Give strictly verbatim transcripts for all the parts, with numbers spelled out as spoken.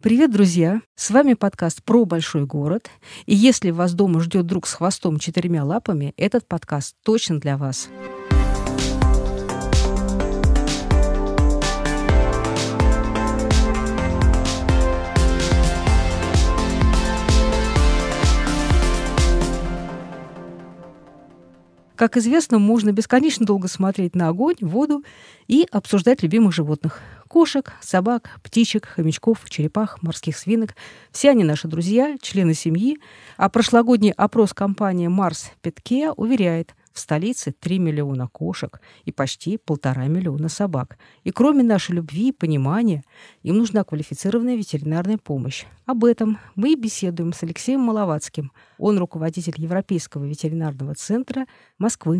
Привет, друзья! С вами подкаст про большой город. И если вас дома ждет друг с хвостом четырьмя лапами, этот подкаст точно для вас. Как известно, можно бесконечно долго смотреть на огонь, воду и обсуждать любимых животных. Кошек, собак, птичек, хомячков, черепах, морских свинок. Все они наши друзья, члены семьи. А прошлогодний опрос компании Mars Pet Care уверяет, в столице три миллиона кошек и почти полтора миллиона собак. И кроме нашей любви и понимания, им нужна квалифицированная ветеринарная помощь. Об этом мы и беседуем с Алексеем Маловацким. Он руководитель Европейского ветеринарного центра Москвы.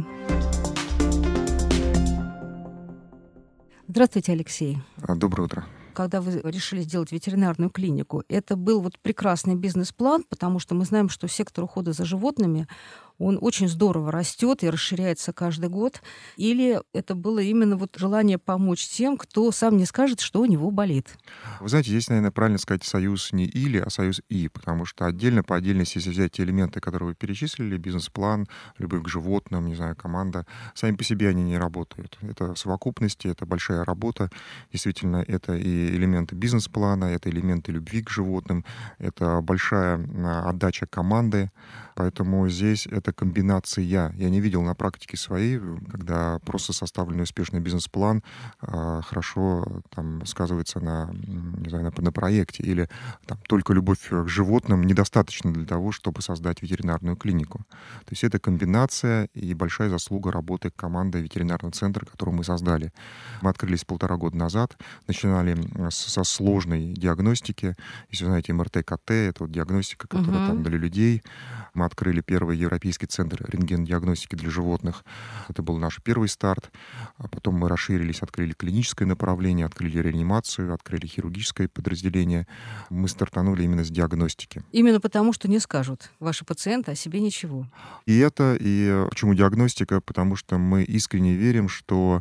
Здравствуйте, Алексей. Доброе утро. Когда вы решили сделать ветеринарную клинику, это был вот прекрасный бизнес-план, потому что мы знаем, что сектор ухода за животными, он очень здорово растет и расширяется каждый год. Или это было именно вот желание помочь тем, кто сам не скажет, что у него болит? Вы знаете, здесь, наверное, правильно сказать союз не или, а союз и, потому что отдельно по отдельности, если взять те элементы, которые вы перечислили, бизнес-план, любовь к животным, не знаю, команда, сами по себе они не работают. Это в совокупности, это большая работа. Действительно, это и элементы бизнес-плана, это элементы любви к животным, это большая отдача команды. Поэтому здесь это комбинация. Я не видел на практике своей, когда просто составленный успешный бизнес-план э, хорошо там, сказывается на, не знаю, на, на проекте. Или там, только любовь к животным недостаточно для того, чтобы создать ветеринарную клинику. То есть это комбинация и большая заслуга работы команды ветеринарного центра, которую мы создали. Мы открылись полтора года назад, начинали со сложной диагностики. Если вы знаете, эм эр тэ, ка тэ — это вот диагностика, которая uh-huh. там для людей. Мы открыли первый европейский центр рентген-диагностики для животных. Это был наш первый старт. А потом мы расширились, открыли клиническое направление, открыли реанимацию, открыли хирургическое подразделение. Мы стартанули именно с диагностики. Именно потому, что не скажут ваши пациенты о себе ничего. И это, и почему диагностика? Потому что мы искренне верим, что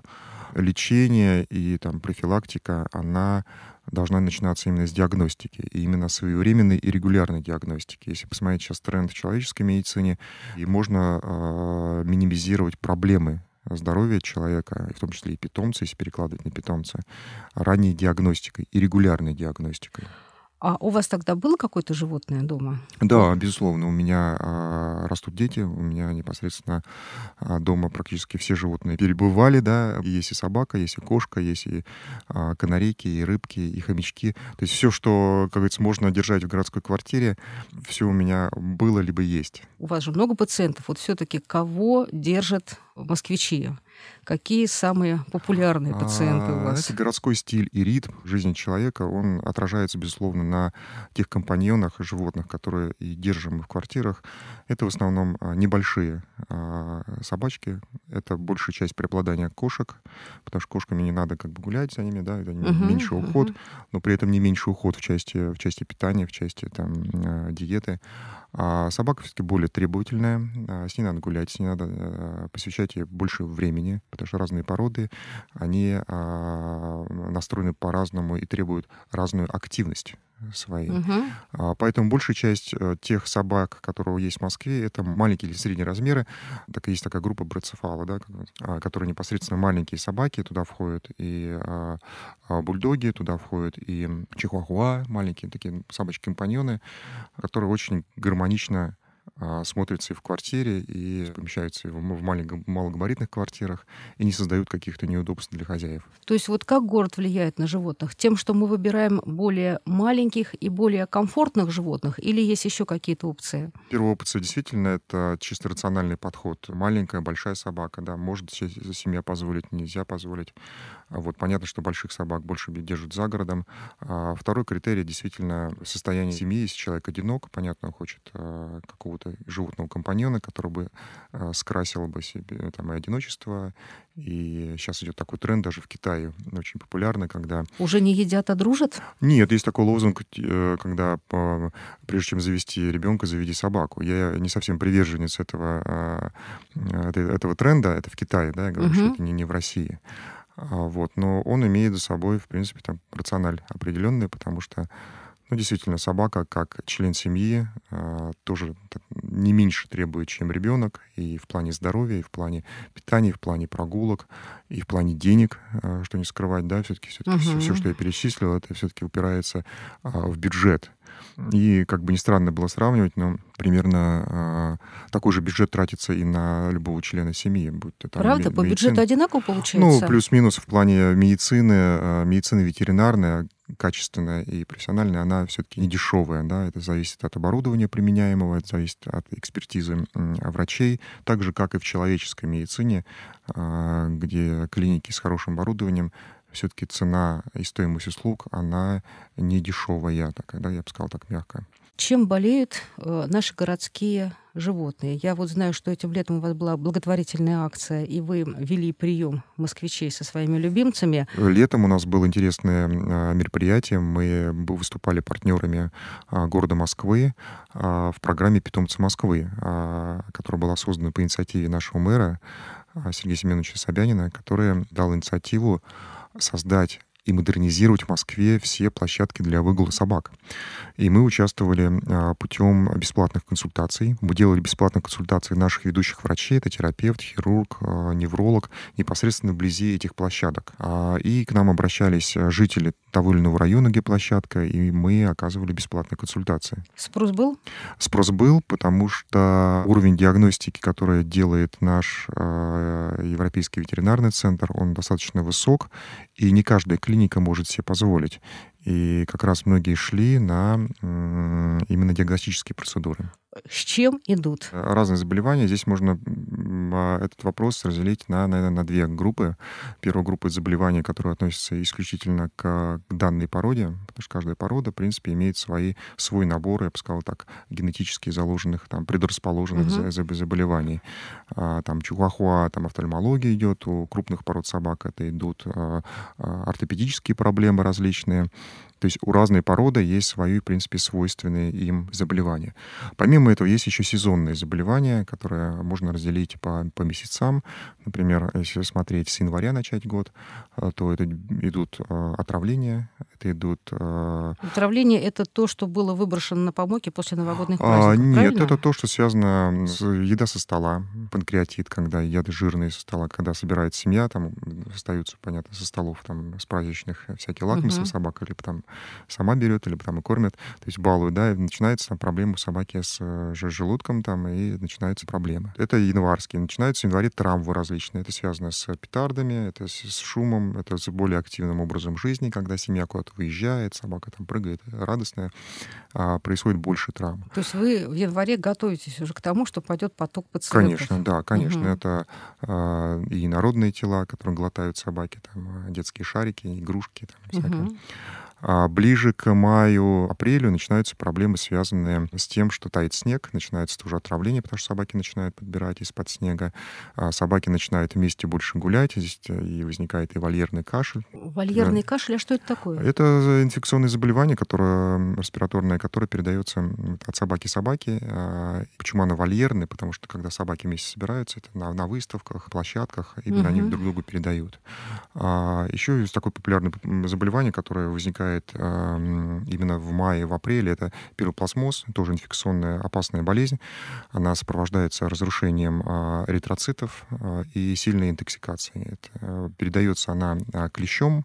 лечение и там, профилактика, она должна начинаться именно с диагностики, и именно своевременной и регулярной диагностики. Если посмотреть сейчас тренд в человеческой медицине, и можно э, минимизировать проблемы здоровья человека, в том числе и питомца, если перекладывать на питомца, ранней диагностикой и регулярной диагностикой. А у вас тогда было какое-то животное дома? Да, безусловно. У меня а, растут дети, у меня непосредственно а, дома практически все животные перебывали, да. Есть и собака, есть и кошка, есть и а, канарейки, и рыбки, и хомячки. То есть все, что, как говорится, можно держать в городской квартире, все у меня было либо есть. У вас же много пациентов. Вот все-таки кого держат москвичи? Какие самые популярные пациенты у вас? Знаете, городской стиль и ритм жизни человека, он отражается, безусловно, на тех компаньонах животных, которые и держим мы в квартирах. Это в основном небольшие собачки. Это большая часть преобладания кошек, потому что кошками не надо как бы гулять за ними, да, это uh-huh, меньший uh-huh. уход, но при этом не меньший уход в части, в части питания, в части там, диеты. А собака все-таки более требовательная, с ней надо гулять, с ней надо посвящать ей больше времени, потому что разные породы, они настроены по-разному и требуют разную активность своей. Uh-huh. Поэтому большая часть тех собак, которые есть в Москве, это маленькие или средние размеры. Так, есть такая группа брацефала, да, которые непосредственно маленькие собаки. Туда входят и а, бульдоги, туда входят и чихуахуа, маленькие такие собачки-компаньоны, которые очень гармонично смотрятся и в квартире, и помещаются в маленьких, малогабаритных квартирах, и не создают каких-то неудобств для хозяев. То есть вот как город влияет на животных? Тем, что мы выбираем более маленьких и более комфортных животных, или есть еще какие-то опции? Первая опция действительно это чисто рациональный подход. Маленькая, большая собака, да, может себе семья позволить, нельзя позволить. Вот понятно, что больших собак больше держат за городом. А второй критерий действительно состояние семьи. Если человек одинок, понятно, он хочет какого-то животного компаньона, который бы э, скрасил бы себе там, и одиночество. И сейчас идет такой тренд даже в Китае, очень популярный, когда... Уже не едят, а дружат? Нет, есть такой лозунг, э, когда э, прежде чем завести ребенка, заведи собаку. Я не совсем приверженец этого, э, этого тренда, это в Китае, да, я говорю, uh-huh. что это не, не в России. Вот. Но он имеет за собой, в принципе, там, рациональ определенный, потому что Ну, действительно, собака, как член семьи, тоже не меньше требует, чем ребенок, и в плане здоровья, и в плане питания, и в плане прогулок, и в плане денег, что не скрывать, да, все-таки, все-таки все, все, Угу. что я перечислил, это все-таки упирается в бюджет. И, как бы ни странно было сравнивать, но примерно э, такой же бюджет тратится и на любого члена семьи. Будь то там Правда? ми- По бюджету медицина. одинаково Ну, получается? плюс-минус в плане медицины, э, медицина ветеринарная, качественная и профессиональная, она все-таки не дешевая, да, это зависит от оборудования применяемого, это зависит от экспертизы м, врачей, так же, как и в человеческой медицине, а, где клиники с хорошим оборудованием, все-таки цена и стоимость услуг, она не дешевая такая, да, я бы сказал так мягко. Чем болеют э, наши городские животные? Я вот знаю, что этим летом у вас была благотворительная акция, и вы вели прием москвичей со своими любимцами. Летом у нас было интересное а, мероприятие. Мы б- выступали партнерами а, города Москвы а, в программе «Питомцы Москвы», а, которая была создана по инициативе нашего мэра а, Сергея Семеновича Собянина, который дал инициативу создать и модернизировать в Москве все площадки для выгула собак. И мы участвовали а, путем бесплатных консультаций. Мы делали бесплатные консультации наших ведущих врачей, это терапевт, хирург, а, невролог, непосредственно вблизи этих площадок. А, и к нам обращались жители того или иного района, где площадка, и мы оказывали бесплатные консультации. Спрос был? Спрос был, потому что уровень диагностики, который делает наш э, Европейский ветеринарный центр, он достаточно высок, и не каждая клиника может себе позволить. И как раз многие шли на м, именно диагностические процедуры. С чем идут? Разные заболевания. Здесь можно м, а, этот вопрос разделить на, наверное, на две группы. Первая группа — это заболевания, которые относятся исключительно к, к данной породе, потому что каждая порода, в принципе, имеет свои, свой набор, я бы сказал так, генетически заложенных, там, предрасположенных Мгм. за- за- заболеваний. А, Там чихуахуа, там офтальмология идет, у крупных пород собак это идут а, а, ортопедические проблемы различные. То есть у разной породы есть свои, в принципе, свойственные им заболевания. Помимо этого есть еще сезонные заболевания, которые можно разделить по, по месяцам. Например, если смотреть с января начать год, э, то это идут э, отравления, это идут... э, Отравление — это то, что было выброшено на помойке после новогодних а, праздников, нет, правильно? это то, что связано с еда со стола, панкреатит, когда едят жирные со стола, когда собирается семья, там остаются, понятно, со столов там с праздничных всякие лакомства Мгм. собака, либо там сама берет, либо там и кормят, то есть балуют, да, и начинается там проблема у собаки с э, ж- желудком там, и начинаются проблемы. Это январские. Начинаются в январе травмы различные. Это связано с петардами, это с, с шумом, это с более активным образом жизни, когда семья куда-то выезжает, собака там прыгает, радостная, а, происходит больше травм. То есть вы в январе готовитесь уже к тому, что пойдет поток пациентов? Конечно, да, конечно. Мгм. Это а, и народные тела, которые глотают собаки, там, а, детские шарики, игрушки, там, всякое. Мгм. А ближе к маю-апрелю начинаются проблемы, связанные с тем, что тает снег, начинается тоже отравление, потому что собаки начинают подбирать из-под снега. А собаки начинают вместе больше гулять, здесь и возникает и вольерный кашель. Вольерный кашель, а что это такое? Это инфекционное заболевание, которое м, респираторное, которое передается м, от собаки собаке. А, Почему оно вольерное? Потому что когда собаки вместе собираются, это на, на выставках, площадках, именно они Мгм. друг другу передают. А, еще есть такое популярное м, заболевание, которое возникает а, м, именно в мае, в апреле. Это пироплазмоз, тоже инфекционная опасная болезнь. Она сопровождается разрушением а, эритроцитов а, и сильной интоксикацией. Это, а, передается она а, клещом.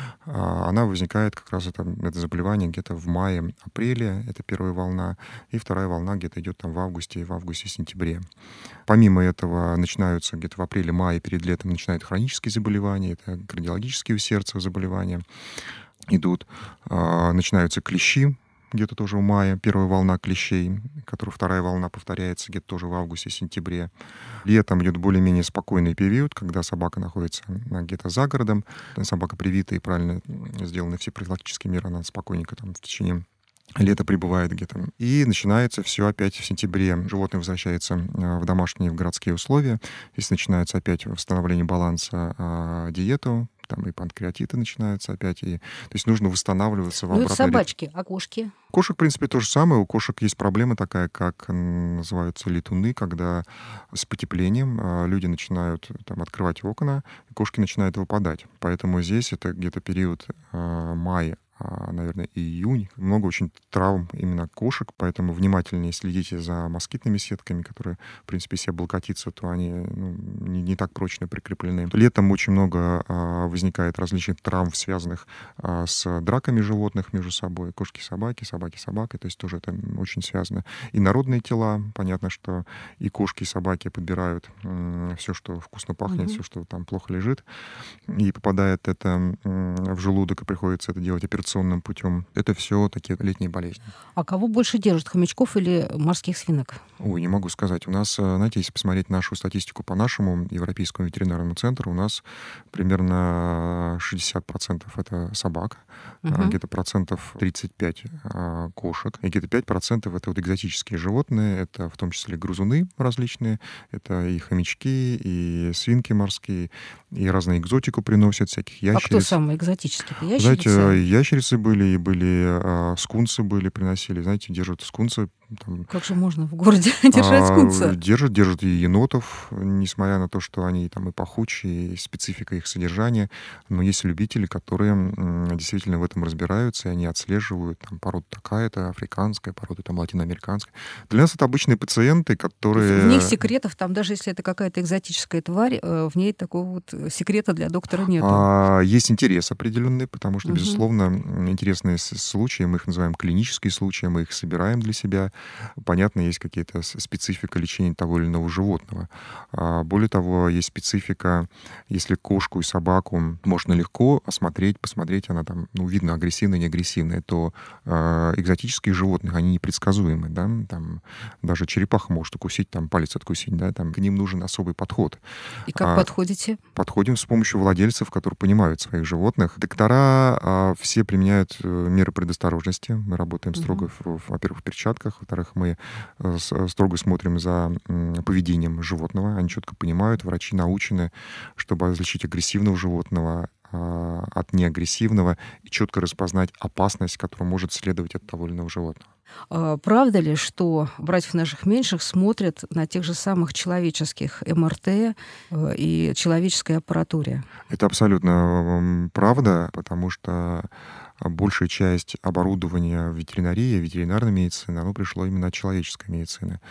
А, Она возникает как раз, это, это заболевание где-то в мае-апреле, это первая волна, и вторая волна где-то идет там в августе, в августе-сентябре. Помимо этого начинаются где-то в апреле-мае, перед летом начинают хронические заболевания, это кардиологические у сердца заболевания идут, А, начинаются клещи, где-то тоже в мае, первая волна клещей, которая вторая волна повторяется где-то тоже в августе-сентябре. Летом идет более-менее спокойный период, когда собака находится а, где-то за городом, собака привита и правильно м, сделаны все профилактические меры, она спокойненько там в течение лето прибывает где-то. И начинается все опять в сентябре. Животное возвращается а, в домашние, в городские условия. Здесь начинается опять восстановление баланса а, диету, там и панкреатиты начинаются опять. И, то есть нужно восстанавливаться в Ну, это обратный ритм. собачки, а кошки? Кошек, в принципе, то же самое. У кошек есть проблема такая, как м, называются летуны, когда с потеплением а, люди начинают там открывать окна, и кошки начинают выпадать. Поэтому здесь это где-то период а, мая, наверное, июнь. Много очень травм именно кошек, поэтому внимательнее следите за москитными сетками, которые, в принципе, если облокотиться, то они ну, не, не так прочно прикреплены. Летом очень много а, возникает различных травм, связанных а, с драками животных между собой. Кошки, собаки, собаки, собаки. То есть тоже это очень связано. И народные тела. Понятно, что и кошки, и собаки подбирают м, все, что вкусно пахнет, Мгм. все, что там плохо лежит. И попадает это м, в желудок, и приходится это делать операционным путем. Это все такие летние болезни. А кого больше держат, хомячков или морских свинок? Ой, не могу сказать. У нас, э, знаете, если посмотреть нашу статистику по нашему Европейскому ветеринарному центру, у нас примерно шестьдесят процентов это собак, а, Мгм. где-то процентов тридцать пять а, кошек, и где-то пять процентов это вот экзотические животные, это в том числе грызуны различные, это и хомячки, и свинки морские, и разные экзотику приносят, всяких А кто ящериц. самый экзотический? Это Знаете, ящерицы? и ящерицы были, и были а, скунсы были, приносили, знаете, держат скунсы, там, Как же можно в городе держать а, скунса? держат, держат и енотов, несмотря на то, что они там и пахучие, и специфика их содержания. Но есть любители, которые м, действительно в этом разбираются, и они отслеживают, там, порода такая-то, африканская, порода там латиноамериканская. Для нас это обычные пациенты, То есть в них которые... секретов, там даже если это какая-то экзотическая тварь, э, в ней такого вот э, секрета для доктора нету. А, есть интерес определенный, потому что, Мгм. безусловно, м, интересные с- случаи, мы их называем клинические случаи, мы их собираем для себя. Понятно, есть какие-то с- специфика лечения того или иного животного. А, более того, есть специфика, если кошку и собаку можно легко осмотреть, посмотреть, она там, ну, видно, агрессивная, не агрессивная, то а, экзотических животных, они непредсказуемы, да, там даже черепаха может укусить, там палец откусить, да, там к ним нужен особый подход. И как А, подходите? Подходим с помощью владельцев, которые понимают своих животных. Доктора а, все применяют э, меры предосторожности. Мы работаем строго, Мгм. в, в- во-первых, в перчатках, во-вторых, мы э, с- строго смотрим за м, поведением животного. Они четко понимают, врачи научены, чтобы различить агрессивного животного а, от неагрессивного и четко распознать опасность, которая может следовать от того или иного животного. А правда ли, что братьев наших меньших смотрят на тех же самых человеческих эм эр тэ э, и человеческой аппаратуре? Это абсолютно м, правда, потому что а, большая часть оборудования в ветеринарии, ветеринарной медицины, оно пришло именно от человеческой медицины.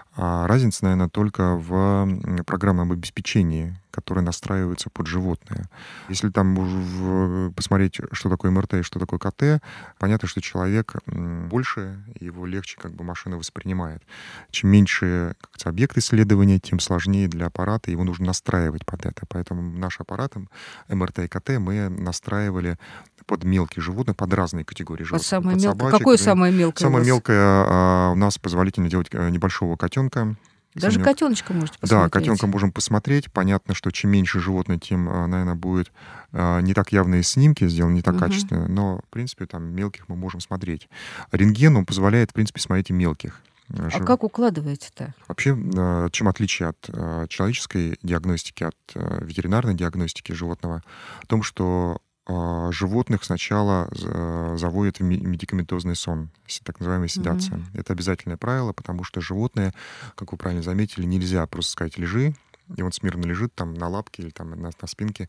А разница, наверное, только в м, программном обеспечении, которое настраивается под животное. Если там уж в- посмотреть, что такое эм эр тэ и что такое ка тэ, понятно, что человек м, больше, его легче как бы машина воспринимает. Чем меньше как говорится, объект исследования, тем сложнее для аппарата, его нужно настраивать под это. Поэтому наш аппарат эм эр тэ и ка тэ мы настраивали под мелких животных, под разные категории Под животных. самое Под мелкое. собачек, Какое под- самое мелкое у Самое вас? мелкое а, у нас позволительно делать э, небольшого котенка. Даже Самое мелкое. котеночка можете Да, посмотреть. котенка можем посмотреть. Понятно, что чем меньше животное, тем, а, наверное, будет а, не так явные снимки сделаны, не так Мгм. качественно, но, в принципе, там мелких мы можем смотреть. Рентген, он позволяет, в принципе, смотреть и мелких. э, А жив- как укладываете-то? Вообще, э, чем отличие от э, человеческой диагностики, от э, ветеринарной диагностики животного, в том, что э, животных сначала э, заводят в ми- медикаментозный сон, с- так называемая седация. Мгм. Это обязательное правило, потому что животное, как вы правильно заметили, нельзя просто сказать «лежи», и он смирно лежит там на лапке или там на, на спинке.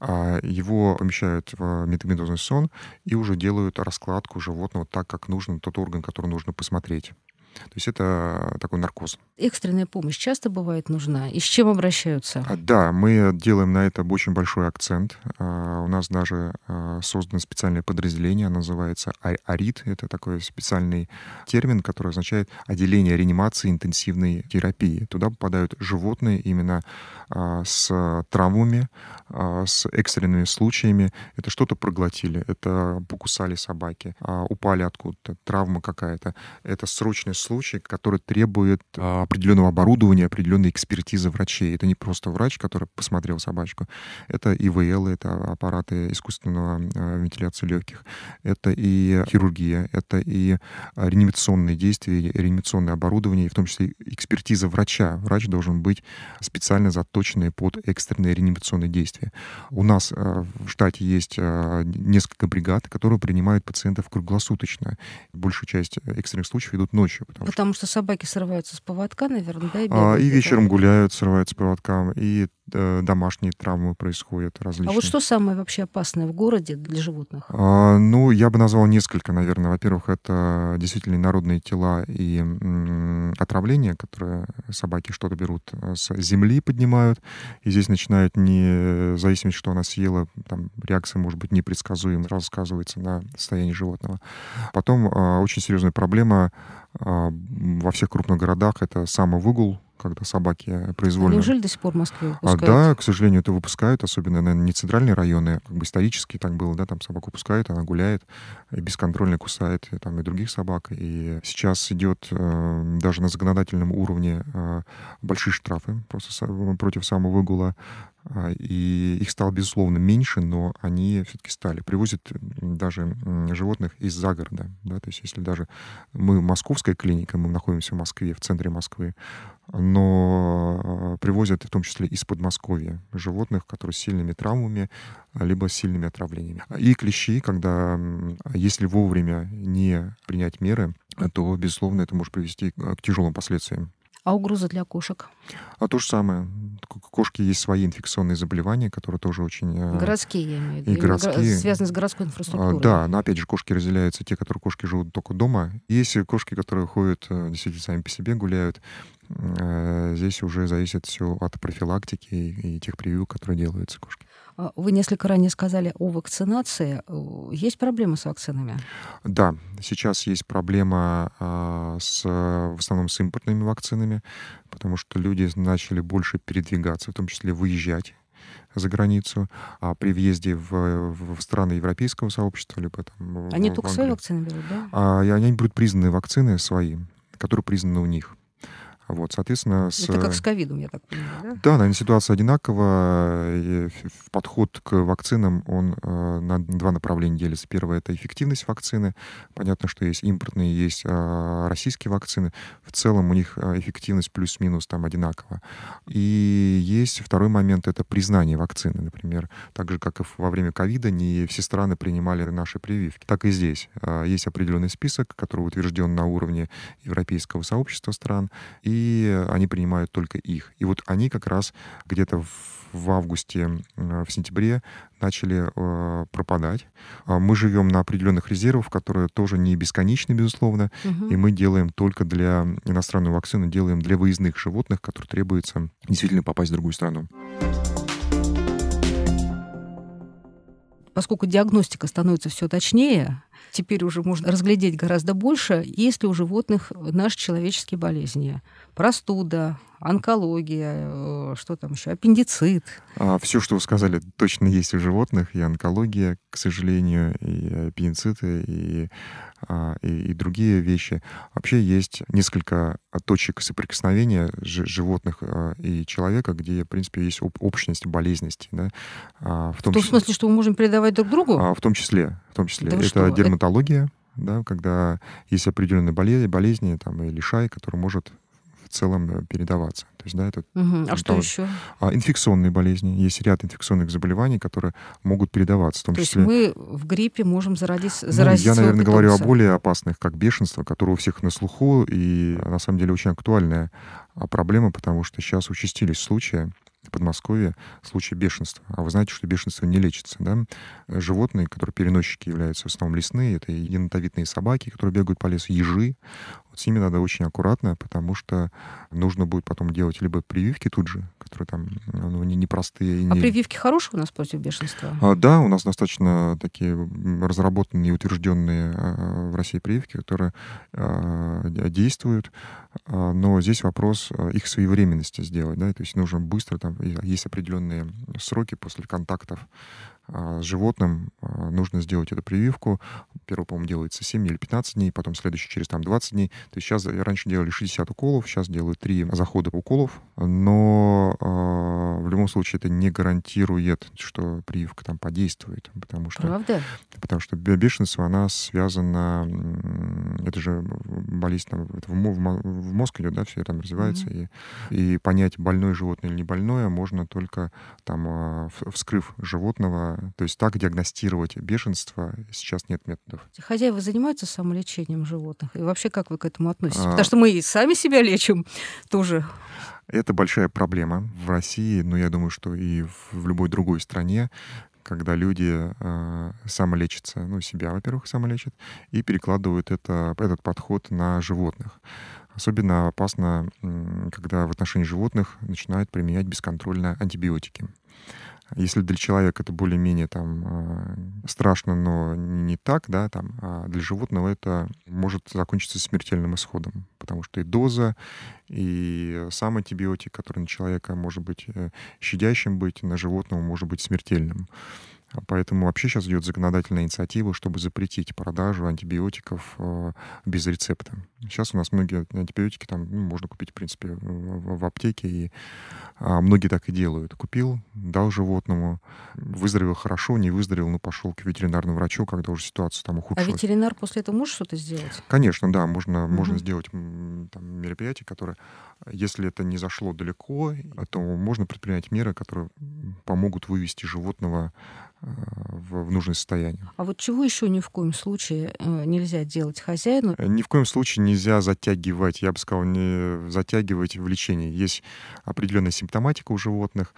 А его помещают в медикаментозный сон и уже делают раскладку животного так, как нужно, тот орган, который нужно посмотреть. То есть это такой наркоз. Экстренная помощь часто бывает нужна? И с чем обращаются? А, Да, мы делаем на это очень большой акцент. А, У нас даже а, создано специальное подразделение, оно называется А- АРИТ. Это такой специальный термин, который означает отделение реанимации интенсивной терапии. Туда попадают животные именно а, с травмами, а, с экстренными случаями. Это что-то проглотили, это покусали собаки, а, упали откуда-то, травма какая-то. Это срочный случай, который требует а, определенного оборудования, определенной экспертизы врачей. Это не просто врач, который посмотрел собачку. Это и вэ эл, это аппараты искусственного а, вентиляции легких. Это и хирургия, это и а, реанимационные действия, реанимационное оборудование, и в том числе экспертиза врача. Врач должен быть специально заточенный под экстренные реанимационные действия. У нас а, в штате есть а, несколько бригад, которые принимают пациентов круглосуточно. Большая часть экстренных случаев идут ночью. Потому что Потому что собаки срываются с поводка, наверное, да, и а, бегают и где-то. вечером гуляют, срываются по поводкам, и домашние травмы происходят различные. А вот что самое вообще опасное в городе для животных? А, ну, я бы назвал несколько, наверное. Во-первых, это действительно инородные тела и м, отравления, которые собаки что-то берут с земли, поднимают. И здесь начинает, не в зависимости, что она съела, там реакция может быть непредсказуема, сразу сказывается на состоянии животного. Потом а, очень серьезная проблема а, во всех крупных городах — это самовыгул, когда собаки произвольно... А неужели до сих пор в Москве выпускают? А, да, к сожалению, это выпускают, особенно, наверное, не центральные районы, как бы исторически так было, да, там собаку пускают, она гуляет, и бесконтрольно кусает и, там, и других собак. И сейчас идет э, даже на законодательном уровне э, большие штрафы просто со- против самовыгула. А, И их стало, безусловно, меньше, но они все-таки стали. Привозят даже м, животных из-за города. Да? То есть если даже мы московская клиника, мы находимся в Москве, в центре Москвы, но э, привозят в том числе из Подмосковья животных, которые с сильными травмами, а, либо с сильными отравлениями. И клещи, когда, м, если вовремя не принять меры, то, безусловно, это может привести к к тяжелым последствиям. А угроза для кошек? А то же самое. К- Кошки есть свои инфекционные заболевания, которые тоже очень... э, Городские, я имею в виду. и Именно гра- городские. связанные с городской а, инфраструктурой. Да, но опять же, кошки разделяются. Те, которые кошки живут только дома. Есть кошки, которые ходят, э, действительно, сами по себе гуляют. Э, Здесь уже зависит все от профилактики и, и тех прививок, которые делаются кошки. А Вы несколько ранее сказали о вакцинации. Э, Есть проблемы с вакцинами? Да, сейчас есть проблема а, с, э, в основном с импортными вакцинами, потому что люди начали больше передвигаться, в том числе выезжать за границу, а при въезде в, в- в страны европейского сообщества, либо там в, Они в только свои Англию, вакцины берут, да? а, и они берут признанные вакцины свои, которые признаны у них. Вот, соответственно, с... Это как с ковидом, я так понимаю, да? Да, наверное, ситуация одинакова. И ф- ф- подход к вакцинам, он э, на два направления делится. Первое — это эффективность вакцины. Понятно, что есть импортные, есть э, российские вакцины. В целом у них э, эффективность плюс-минус там одинакова. И есть второй момент — это признание вакцины. Например, так же, как и во время ковида, не все страны принимали наши прививки. Так и здесь. Э, Есть определенный список, который утвержден на уровне Европейского сообщества стран, и они принимают только их. И вот они как раз где-то в в августе, э, в сентябре начали э, пропадать. А Мы живем на определенных резервах, которые тоже не бесконечны, безусловно, Мгм. и мы делаем только для иностранную вакцину, делаем для выездных животных, которые требуется действительно попасть в другую страну. Поскольку диагностика становится все точнее, теперь уже можно разглядеть гораздо больше, есть ли у животных наши человеческие болезни. Простуда, онкология, э, что там еще, аппендицит. Все, что вы сказали, точно есть у животных. И онкология, к сожалению, и аппендициты, и, а, и, и другие вещи. Вообще есть несколько точек соприкосновения жи- животных а, и человека, где, в принципе, есть об- общность болезненности. Да? А, В В том том числе, смысле, что мы можем передавать друг другу? а, в том числе, в том числе Да вы это что? дерматология, да, когда есть определенные болезни, болезни там, и лишай, который может в целом э, передаваться. То есть, да, это Мгм. А что дерматолог- еще? а, инфекционные болезни. Есть ряд инфекционных заболеваний, которые могут передаваться, в том То есть числе... мы в гриппе можем заразить, Ну, заразить я, своего наверное, говорю о питомца. более опасных, как бешенство, которое у всех на слуху, и на самом деле очень актуальная а, проблема, потому что сейчас участились случаи в Подмосковье, случаи бешенства. А вы знаете, что бешенство не лечится, да? Животные, которые переносчики являются в основном лесные, это и енотовидные собаки, которые бегают по лесу, ежи. Вот с ними надо очень аккуратно, потому что нужно будет потом делать либо прививки тут же, которые там ну, не- непростые. и А не- прививки хорошие у нас против бешенства? а, Да, у нас достаточно такие м, разработанные и утвержденные а, в России прививки, которые а, де- действуют, А, но здесь вопрос а, их своевременности сделать, да, то есть нужно быстро, там и есть определенные сроки после контактов а, с животным, а, нужно сделать эту прививку. Первый, по-моему, делается семь или пятнадцать дней, потом следующий через там двадцать дней. То есть сейчас раньше делали шестьдесят уколов, сейчас делают три захода уколов, но а, в любом случае это не гарантирует, что прививка там подействует, потому что, Правда? потому что бе- бешенство, она связана, м, это же болезнь там, это в, мо- в мо- в мозг идет, да, все там развивается, Мгм. и, и понять, больное животное или не больное, можно только там а, в- вскрыв животного, то есть так диагностировать бешенство сейчас нет методов. Хозяева занимаются самолечением животных? И вообще, как вы к этому относитесь? Потому А, что мы и сами себя лечим тоже. Это большая проблема в России, но я думаю, что и в в любой другой стране, когда люди э, самолечатся, ну, себя, во-первых, самолечат, и перекладывают это, этот подход на животных. Особенно опасно, м, когда в отношении животных начинают применять бесконтрольно антибиотики. Если для человека это более-менее там э, страшно, но не так, да, там, а для животного это может закончиться смертельным исходом, потому что и доза, и сам антибиотик, который на человека может быть э, щадящим быть, на животного может быть смертельным. А Поэтому вообще сейчас идет законодательная инициатива, чтобы запретить продажу антибиотиков э, без рецепта. Сейчас у нас многие антибиотики там ну, можно купить, в принципе, в, в аптеке, и а, многие так и делают. Купил, дал животному, выздоровел хорошо, не выздоровел, ну, пошел к ветеринарному врачу, когда уже ситуация там А ухудшилась. ветеринар после этого может что-то сделать? Конечно, да, можно, можно Мгм. сделать м, там, мероприятие, которое, если это не зашло далеко, а то можно предпринять меры, которые м, помогут вывести животного э, в, в нужное состояние. А вот чего еще ни в коем случае э, нельзя делать хозяину? Э, Ни в коем случае нельзя затягивать, я бы сказал, не затягивать в лечении. Есть определенная симптоматика у животных,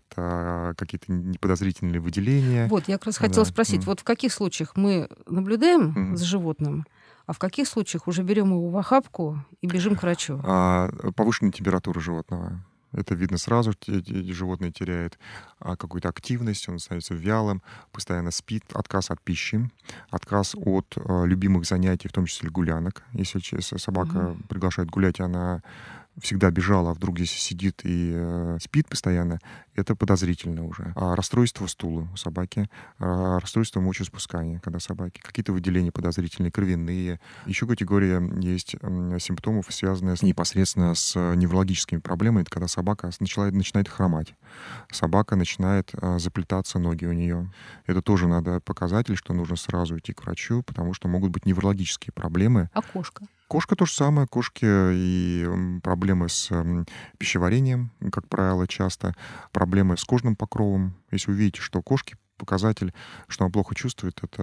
это какие-то неподозрительные выделения. Вот, я как раз хотела Да. спросить, М. вот в каких случаях мы наблюдаем Мгм. за животным, а в каких случаях уже берем его в охапку и бежим к врачу? А, повышенная температура животного. Это видно сразу, те- те- животное теряет а, какую-то активность, он становится вялым, постоянно спит, отказ от пищи, отказ от а, любимых занятий, в том числе гулянок. Если че- с- Мгм. собака приглашает гулять, она всегда бежала, а вдруг здесь сидит и э, спит постоянно, это подозрительно уже. А расстройство стула у собаки, а, расстройство мочеиспускания, когда собаки, какие-то выделения подозрительные, кровяные. Еще категория есть м, симптомов, связанная с, непосредственно с э, неврологическими проблемами, это когда собака с- начинает, начинает хромать. Собака начинает а, заплетаться ноги у нее. Это тоже надо показатель, что нужно сразу идти к врачу, потому что могут быть неврологические проблемы. А кошка? Кошка то же самое. Кошки и м, проблемы с м, пищеварением, как правило, часто. Проблемы с кожным покровом. Если вы видите, что кошки показатель, что она плохо чувствует, это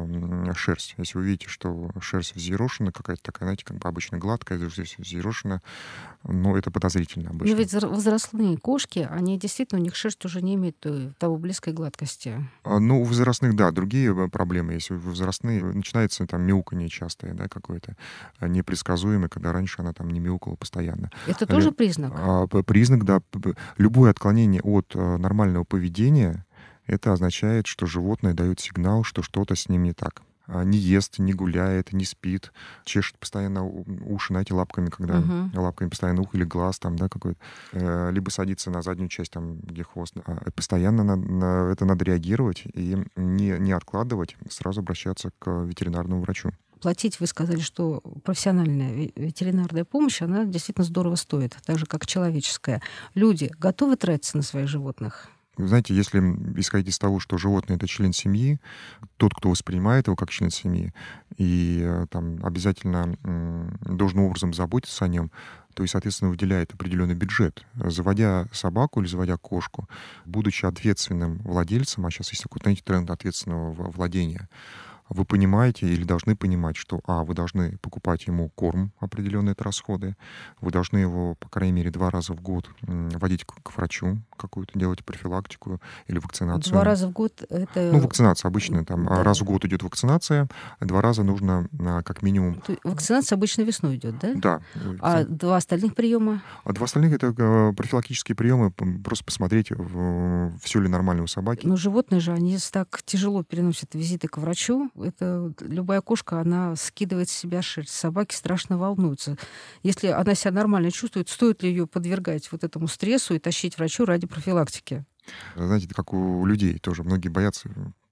м, шерсть. Если вы видите, что шерсть взъерошена, какая-то такая, знаете, как бы обычно гладкая, здесь взъерошена, но это подозрительно Но обычно. ведь взро- возрастные кошки, они действительно, у них шерсть уже не имеет той- того близкой гладкости. А, Ну, у возрастных, да, другие э, проблемы. Если у возрастные, э, начинается там мяуканье частое, да, какое-то а, непредсказуемое, когда раньше она там не мяукала постоянно. Это Или, тоже признак? а, п- признак, да, п- п- любое отклонение от э, нормального поведения, это означает, что животное дает сигнал, что что-то с ним не так. А, Не ест, не гуляет, не спит, чешет постоянно у- уши, знаете, лапками, когда Мгм. лапками постоянно ухо или глаз там, да, какой-то, Э, либо садится на заднюю часть, там, где хвост. А, Постоянно на, на это надо реагировать и не, не откладывать, сразу обращаться к ветеринарному врачу. Платить, вы сказали, что профессиональная ве- ветеринарная помощь, она действительно здорово стоит, так же, как человеческая. Люди готовы тратиться на своих животных? Вы знаете, если исходить из того, что животное — это член семьи, тот, кто воспринимает его как член семьи, и э, там обязательно м, должным образом заботиться о нем, то и, соответственно, выделяет определенный бюджет. Заводя собаку или заводя кошку, будучи ответственным владельцем, а сейчас есть такой, знаете, тренд ответственного в- владения, вы понимаете или должны понимать, что, а, вы должны покупать ему корм, определенные это расходы, вы должны его, по крайней мере, два раза в год м, водить к, к врачу какую-то, делать профилактику или вакцинацию. Два раза в год Ну, это... вакцинация обычно, там, а, Да. раз в год идет вакцинация, а два раза нужно а, как минимум... То есть вакцинация обычно весной идет, да? Да. А вакци- два остальных приема? А два остальных — это э, профилактические приемы, п- просто посмотреть, все ли нормально у собаки. Но животные же, они так тяжело переносят визиты к врачу. Это вот любая кошка, она скидывает с себя шерсть. Собаки страшно волнуются. Если она себя нормально чувствует, стоит ли ее подвергать вот этому стрессу и тащить врачу ради профилактики? Знаете, это как у людей тоже. Многие боятся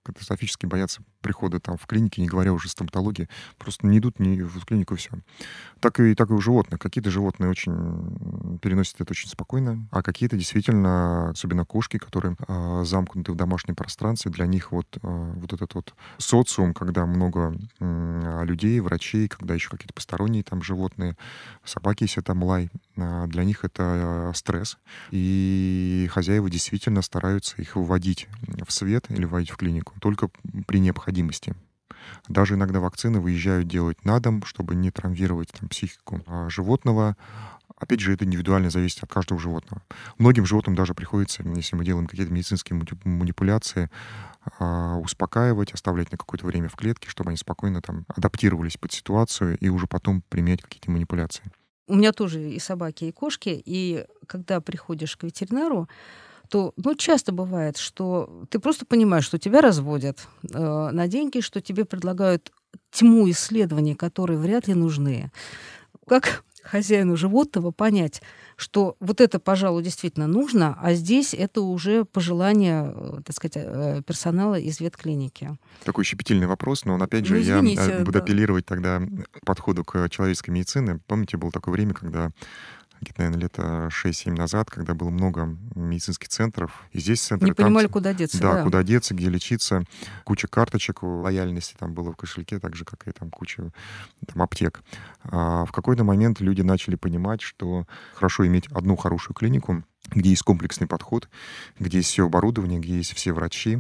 катастрофически боятся прихода там в клинике, не говоря уже о стоматологии, просто не идут ни в клинику, и все. Так и, так и у животных. Какие-то животные очень переносят это очень спокойно, а какие-то действительно, особенно кошки, которые э, замкнуты в домашнем пространстве, для них вот, э, вот этот вот социум, когда много э, людей, врачей, когда еще какие-то посторонние там животные, собаки, если там лай, э, для них это э, стресс. И хозяева действительно стараются их выводить в свет или вводить в клинику только при необходимости. Даже иногда вакцины выезжают делать на дом, чтобы не травмировать там, психику а животного. Опять же, это индивидуально зависит от каждого животного. Многим животным даже приходится, если мы делаем какие-то медицинские манипуляции, успокаивать, оставлять на какое-то время в клетке, чтобы они спокойно там адаптировались под ситуацию и уже потом применять какие-то манипуляции. У меня тоже и собаки, и кошки, и когда приходишь к ветеринару, то ну, часто бывает, что ты просто понимаешь, что тебя разводят э, на деньги, что тебе предлагают тьму исследований, которые вряд ли нужны. Как хозяину животного понять, что вот это, пожалуй, действительно нужно, а здесь это уже пожелание, так сказать, персонала из ветклиники? Такой щепетильный вопрос, но он, опять же, Ну, извините, я буду да. апеллировать тогда к подходу к человеческой медицине. Помните, было такое время, когда где-то, наверное, лет шесть-семь назад, когда было много медицинских центров. И здесь центры... Не понимали, там, куда деться. Да, да, куда деться, где лечиться. Куча карточек лояльности там было в кошельке, так же, как и там куча там, аптек. А в какой-то момент люди начали понимать, что хорошо иметь одну хорошую клинику, где есть комплексный подход, где есть все оборудование, где есть все врачи.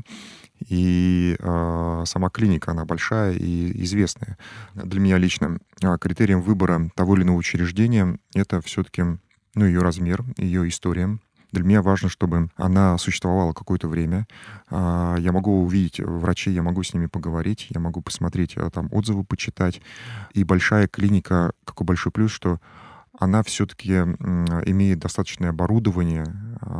И э, сама клиника, она большая и известная. Для меня лично критерием выбора того или иного учреждения это все-таки ну, ее размер, ее история. Для меня важно, чтобы она существовала какое-то время. Э, я могу увидеть врачей, я могу с ними поговорить, я могу посмотреть, там, отзывы почитать. И большая клиника, какой большой плюс, что она все-таки имеет достаточное оборудование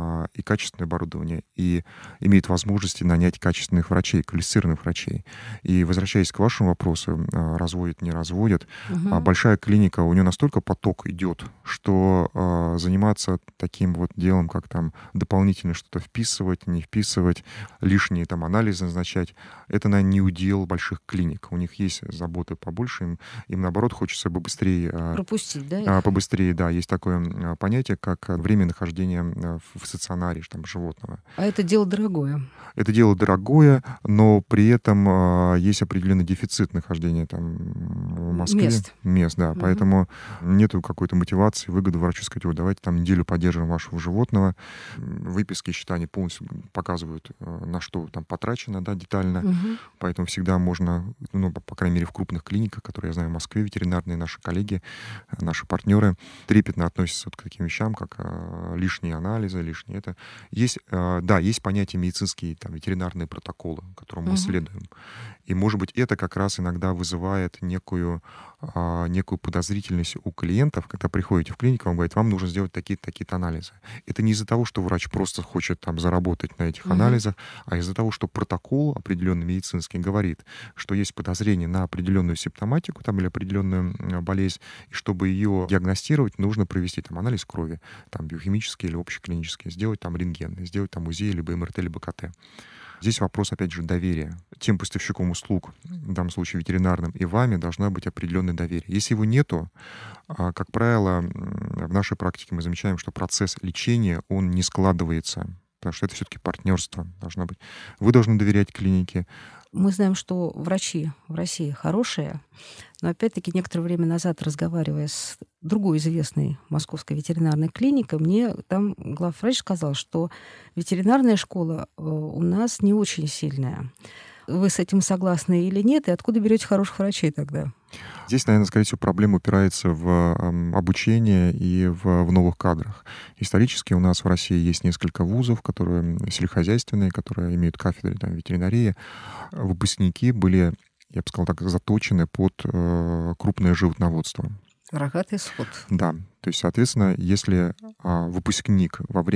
и качественное оборудование, и имеет возможности нанять качественных врачей, квалифицированных врачей. И возвращаясь к вашему вопросу, разводят, не разводят, угу. Большая клиника, у нее настолько поток идет, что э, заниматься таким вот делом, как там дополнительно что-то вписывать, не вписывать, лишние там анализы назначать, это, наверное, не удел больших клиник. У них есть заботы побольше, им, им наоборот хочется бы быстрее... Э, Пропустить, да? Э, побыстрее, да. Есть такое понятие, как время нахождения в стационаре там, животного. А это дело дорогое. Это дело дорогое, но при этом э, есть определенный дефицит нахождения там в Москве. Мест. Мест, да. Угу. Поэтому нету какой-то мотивации, выгоды врачу сказать, вот давайте там неделю поддержим вашего животного. Выписки, счета, они полностью показывают, э, на что там потрачено, да, детально. Угу. Поэтому всегда можно, ну, по, по крайней мере, в крупных клиниках, которые я знаю в Москве, ветеринарные наши коллеги, наши партнеры, трепетно относятся вот к таким вещам, как э, лишние анализы, лишние это. Есть, э, да, есть понятие медицинские, там, ветеринарные протоколы, которым мы угу. следуем. И, может быть, это как раз иногда вызывает некую, э, некую подозрительность у клиентов, когда приходите в клинику, он говорит, вам нужно сделать такие-то, такие-то анализы. Это не из-за того, что врач просто хочет там заработать на этих угу. анализах, а из-за того, что протокол определенный медицинский говорит, что есть подозрение на определенную симптоматику там, или определенную болезнь, и чтобы ее диагностировать, нужно провести там анализ крови, там биохимический или общеклинический, сделать там рентген, сделать там УЗИ, либо МРТ, либо КТ. Здесь вопрос, опять же, доверия. Тем поставщиком услуг, в данном случае ветеринарным, и вами должна быть определенное доверие. Если его нету, как правило, в нашей практике мы замечаем, что процесс лечения, он не складывается, потому что это все-таки партнерство должно быть. Вы должны доверять клинике. Мы знаем, что врачи в России хорошие, но опять-таки некоторое время назад, разговаривая с другой известной московской ветеринарной клиникой, мне там главврач сказал, что ветеринарная школа у нас не очень сильная. Вы с этим согласны или нет? И откуда берете хороших врачей тогда? Здесь, наверное, скорее всего, проблема упирается в э, обучение и в, в новых кадрах. Исторически у нас в России есть несколько вузов, которые сельскохозяйственные, которые имеют кафедры там, ветеринарии. Выпускники были, я бы сказал так, заточены под э, крупное животноводство. Рогатый скот. Да. То есть, соответственно, если а, выпускник во время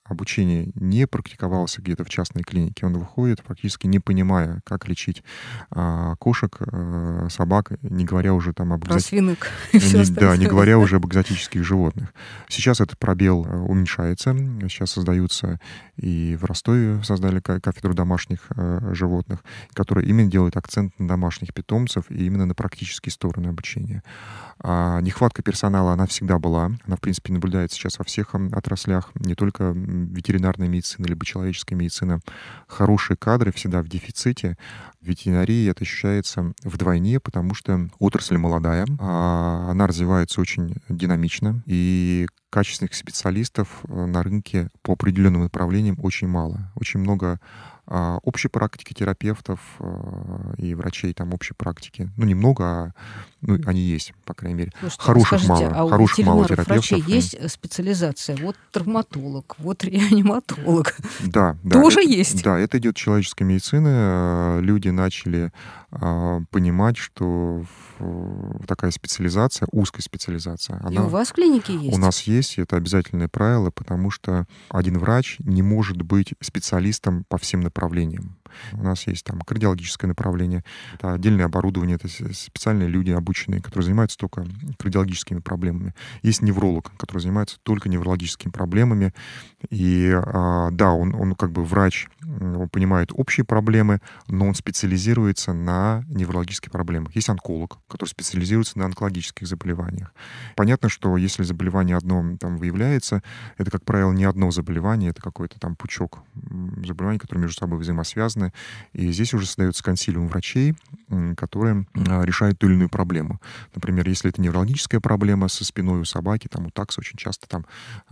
обучение не практиковался где-то в частной клинике, он выходит, практически не понимая, как лечить а, кошек, а, собак, не говоря уже там об... Про экзот... свинок и все не, остальное. Да, не говоря уже об экзотических животных. Сейчас этот пробел уменьшается. Сейчас создаются и в Ростове создали кафедру домашних а, животных, которая именно делает акцент на домашних питомцев и именно на практические стороны обучения. А нехватка персонала, она всегда была. Она, в принципе, наблюдается сейчас во всех отраслях, не только ветеринарная медицина, либо человеческая медицина. Хорошие кадры всегда в дефиците. В ветеринарии это ощущается вдвойне, потому что отрасль молодая, а она развивается очень динамично, и качественных специалистов на рынке по определенным направлениям очень мало. Очень много а, общей практики терапевтов а, и врачей там общей практики. Ну, немного, а ну, они есть, по крайней мере. Слушайте, хороших скажите, мало. А у хороших мало ветеринаров, врачей терапевтов. есть специализация? Вот травматолог, вот реаниматолог. Да, да. Тоже это, есть. Да, это идет человеческая медицина. Люди начали а, понимать, что в, такая специализация, узкая специализация. И Она, у вас в клинике есть? У нас есть, это обязательное правило, потому что один врач не может быть специалистом по всем направлениям. У нас есть там кардиологическое направление, это отдельное оборудование, это специальные люди обученные, которые занимаются только кардиологическими проблемами. Есть невролог, который занимается только неврологическими проблемами. И а, да, он, он как бы врач, он понимает общие проблемы, но он специализируется на неврологических проблемах. Есть онколог, который специализируется на онкологических заболеваниях. Понятно, что если заболевание одно там выявляется, это, как правило, не одно заболевание, это какой-то там пучок заболеваний, которые между собой взаимосвязаны. И здесь уже создается консилиум врачей, которые решают ту или иную проблему. Например, если это неврологическая проблема со спиной у собаки, там у таксы очень часто там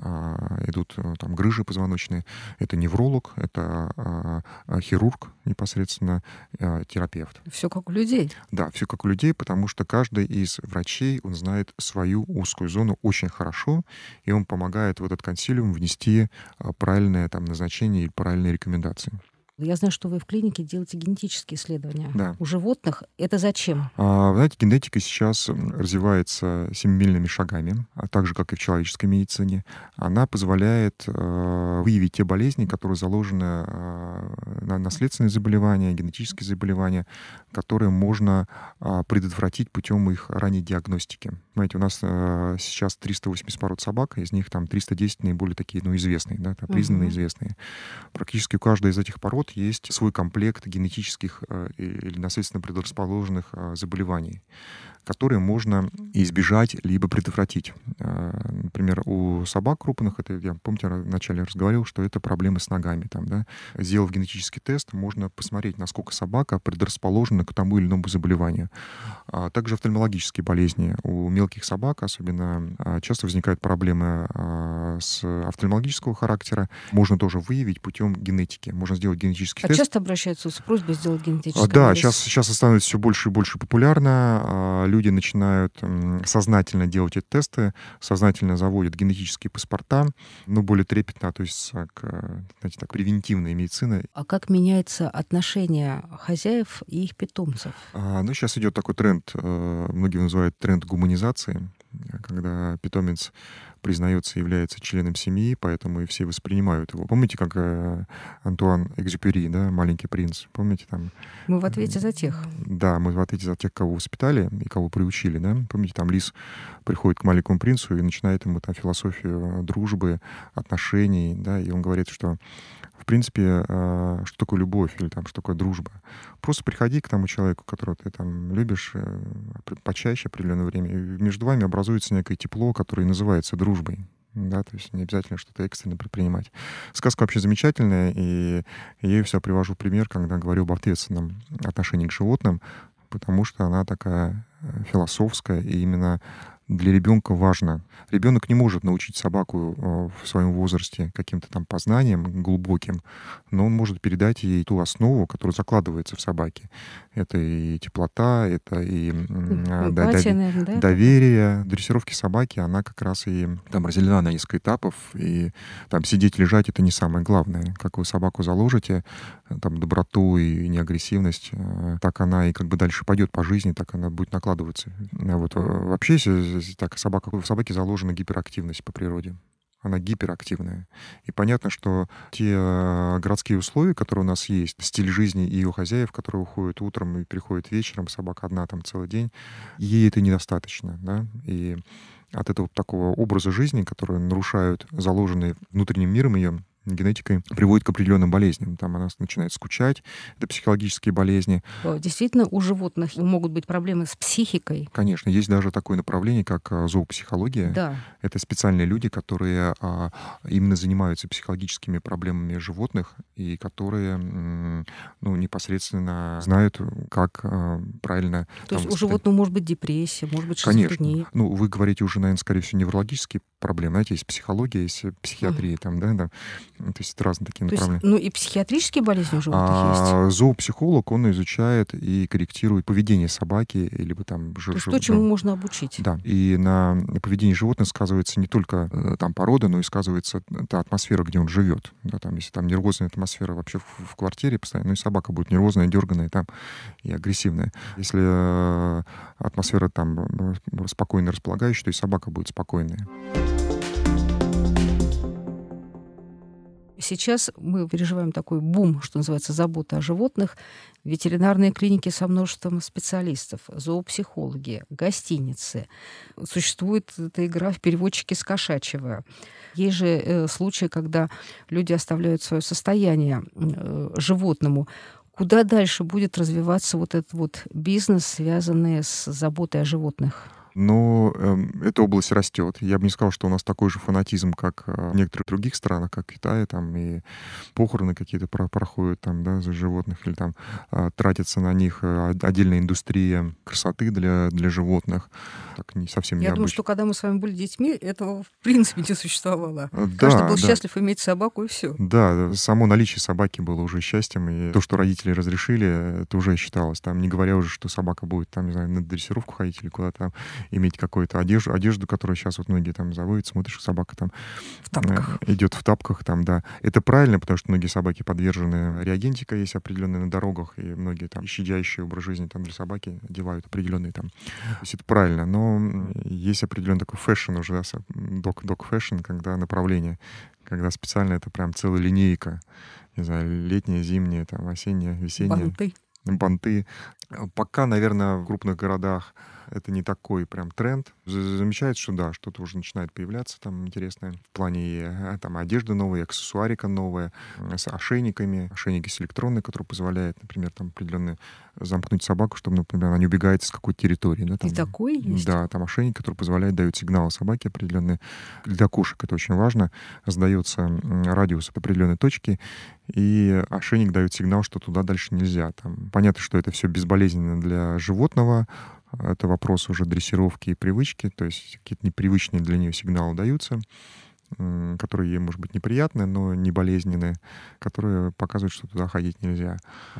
а, идут там грыжи позвоночные, это невролог, это а, а, хирург непосредственно, а, терапевт. Все как у людей. Да, все как у людей, потому что каждый из врачей, он знает свою узкую зону очень хорошо, и он помогает в этот консилиум внести правильное там назначение и правильные рекомендации. Я знаю, что вы в клинике делаете генетические исследования. Да. У животных. Это зачем? А, знаете, генетика сейчас развивается семимильными шагами, а так же, как и в человеческой медицине. Она позволяет э, выявить те болезни, которые заложены э, на наследственные заболевания, генетические заболевания, которые можно э, предотвратить путем их ранней диагностики. Знаете, у нас э, сейчас триста восемьдесят пород собак, из них там триста десять наиболее такие, ну, известные, да, признанные uh-huh. известные. Практически у каждой из этих пород есть свой комплект генетических э, или наследственно предрасположенных э, заболеваний, которые можно избежать либо предотвратить. Э, например, у собак крупных, это я, помните, я вначале разговаривал, что это проблемы с ногами. Там, да? Сделав генетический тест, можно посмотреть, насколько собака предрасположена к тому или иному заболеванию. А также офтальмологические болезни. У мелких собак особенно э, часто возникают проблемы э, с офтальмологического характера. Можно тоже выявить путем генетики. Можно сделать генетический А тест. часто обращаются с просьбой сделать генетический Да, анализ? сейчас, сейчас это становится все больше и больше популярно. Люди начинают сознательно делать эти тесты, сознательно заводят генетические паспорта, но более трепетно относятся к, знаете, так, превентивной медицине. А как меняется отношение хозяев и их питомцев? А, ну, сейчас идет такой тренд, многие называют тренд гуманизации, когда питомец признается, является членом семьи, поэтому и все воспринимают его. Помните, как э, Антуан Экзюпери, да, «Маленький принц»? Помните там? Мы в ответе за тех. Да, мы в ответе за тех, кого воспитали и кого приучили, да? Помните, там лис приходит к маленькому принцу и начинает ему там философию дружбы, отношений, да, и он говорит, что в принципе, э, что такое любовь или там, что такое дружба. Просто приходи к тому человеку, которого ты там любишь э, почаще определенное время, и между вами образуется некое тепло, которое и называется дружбой. Да, то есть не обязательно что-то экстренно предпринимать. Сказка вообще замечательная, и я ее всегда привожу в пример, когда говорю об ответственном отношении к животным, потому что она такая философская, и именно для ребенка важно. Ребенок не может научить собаку в своем возрасте каким-то там познаниям глубоким, но он может передать ей ту основу, которая закладывается в собаке. Это и теплота, это и Эмпатия, наверное, да? доверие. Дрессировки собаки, она как раз и там разделена на несколько этапов, и там сидеть, лежать — это не самое главное. Как вы собаку заложите, там доброту и неагрессивность, так она и как бы дальше пойдет по жизни, так она будет накладываться. Вот вообще, так, собака, в собаке заложена гиперактивность по природе. она гиперактивная. И понятно, что те э, городские условия, которые у нас есть, стиль жизни и у хозяев, которые уходят утром и приходят вечером, собака одна там целый день, ей это недостаточно, да, и от этого такого образа жизни, который нарушают заложенные внутренним миром ее генетикой, приводит к определенным болезням. Там она начинает скучать, это психологические болезни. Действительно, у животных могут быть проблемы с психикой. Конечно, есть даже такое направление, как зоопсихология. Да. Это специальные люди, которые а, именно занимаются психологическими проблемами животных и которые м, ну, непосредственно знают, как а, правильно... То есть там, у животного может быть депрессия, может быть шизофрения. Конечно. Ну, вы говорите уже, наверное, скорее всего, неврологические проблемы. Знаете, есть психология, есть психиатрия, uh-huh. там, да, да. То есть это разные такие То направления. Есть, ну и психиатрические болезни у животных а, есть? Зоопсихолог, он изучает и корректирует поведение собаки, либо там... То есть то, чему можно обучить. Да. И на поведении животных сказывается не только там порода, но и сказывается та атмосфера, где он живет. Да, там, если там нервозная атмосфера вообще в, в квартире постоянно, ну и собака будет нервозная, дерганая там и агрессивная. Если э, атмосфера там спокойно располагающая, то и собака будет спокойная. Сейчас мы переживаем такой бум, что называется, забота о животных. Ветеринарные клиники со множеством специалистов, зоопсихологи, гостиницы. Существует эта игра в переводчике с кошачьего. Есть же э, случаи, когда люди оставляют свое состояние э, животному. Куда дальше будет развиваться вот этот вот бизнес, связанный с заботой о животных? Но э, эта область растет. Я бы не сказал, что у нас такой же фанатизм, как в некоторых других странах, как Китай, там и похороны какие-то про- проходят там, да, за животных, или там э, тратится на них э, отдельная индустрия красоты для, для животных. Так не совсем Я необычно. думаю, что когда мы с вами были детьми, этого в принципе не существовало. Да, Каждый был да. счастлив иметь собаку, и все. Да, само наличие собаки было уже счастьем, и то, что родители разрешили, это уже считалось. Там, не говоря уже, что собака будет, там, не знаю, на дрессировку ходить или куда-то там, иметь какую-то одежду, одежду, которую сейчас вот многие там заводят, смотришь, собака там В тапках. э, идет в тапках, там, да. Это правильно, потому что многие собаки подвержены, реагентика есть определенная на дорогах, и многие там щадящий образ жизни там для собаки одевают определенные там. То есть это правильно, но есть определенный такой фэшн уже, док-фэшн, когда направление, когда специально это прям целая линейка, не знаю, летняя, зимняя, там, осенняя, весенняя. Банты. Банты. Пока, наверное, в крупных городах это не такой прям тренд. Замечается, что да, что-то уже начинает появляться там интересное. В плане там одежды новые, аксессуарика новая, с ошейниками. Ошейники с электронной, которые позволяют, например, там определенно замкнуть собаку, чтобы, например, она не убегает с какой-то территории. Да, там, И такое есть? Да, там ошейник, который позволяет, дает сигналы собаке определенные. Для кошек это очень важно. Сдается радиус от определенной точки, и ошейник дает сигнал, что туда дальше нельзя. Там, понятно, что это все безболезненно для животного. Это вопрос уже дрессировки и привычки, то есть какие-то непривычные для нее сигналы даются, которые ей, может быть, неприятны, но не болезненные, которые показывают, что туда ходить нельзя.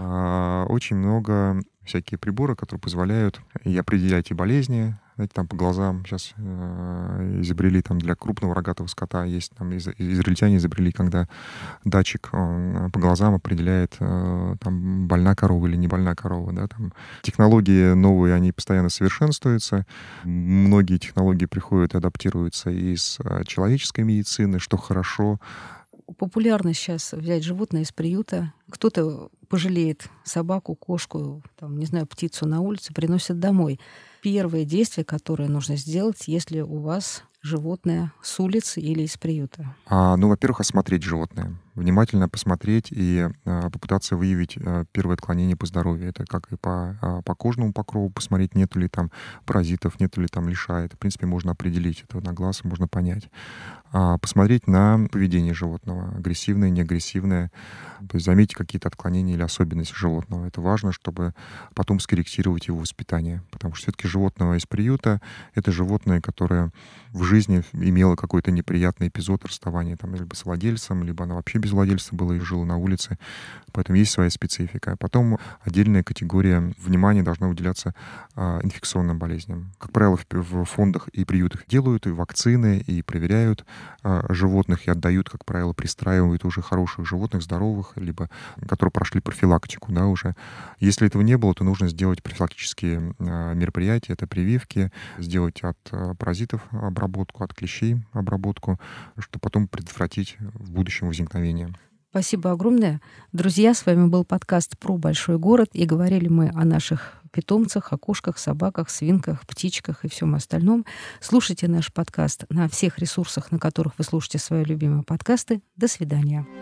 Очень много всякие приборы, которые позволяют и определять и болезни. Знаете, там по глазам сейчас э, изобрели там для крупного рогатого скота, есть там из, израильтяне изобрели, когда датчик он, по глазам определяет, э, там больна корова или не больна корова. Да, там. Технологии новые, они постоянно совершенствуются. Многие технологии приходят и адаптируются из человеческой медицины, что хорошо. Популярно сейчас взять животное из приюта. Кто-то пожалеет собаку, кошку, там, не знаю, птицу на улице, приносит домой. Первое действие, которое нужно сделать, если у вас животное с улицы или из приюта? А, ну, во-первых, осмотреть животное. Внимательно посмотреть и а, попытаться выявить а, первое отклонение по здоровью. Это как и по, а, по кожному покрову посмотреть, нету ли там паразитов, нету ли там лишая. Это, в принципе, можно определить. Это на глаз можно понять. А, посмотреть на поведение животного. Агрессивное, неагрессивное. То есть заметить какие-то отклонения или особенности животного. Это важно, чтобы потом скорректировать его воспитание. Потому что все-таки животное из приюта — это животное, которое в жизни имело какой-то неприятный эпизод расставания там, либо с владельцем, либо она вообще без владельца была и жила на улице. Поэтому есть своя специфика. Потом отдельная категория внимания должна уделяться а, инфекционным болезням. Как правило, в, в фондах и приютах делают и вакцины, и проверяют а, животных, и отдают, как правило, пристраивают уже хороших животных, здоровых, либо которые прошли профилактику, да, уже. Если этого не было, то нужно сделать профилактические мероприятия, это прививки, сделать от паразитов обработку, от клещей обработку, чтобы потом предотвратить в будущем возникновение. Спасибо огромное. Друзья, с вами был подкаст про большой город, и говорили мы о наших питомцах, о кошках, собаках, свинках, птичках и всем остальном. Слушайте наш подкаст на всех ресурсах, на которых вы слушаете свои любимые подкасты. До свидания.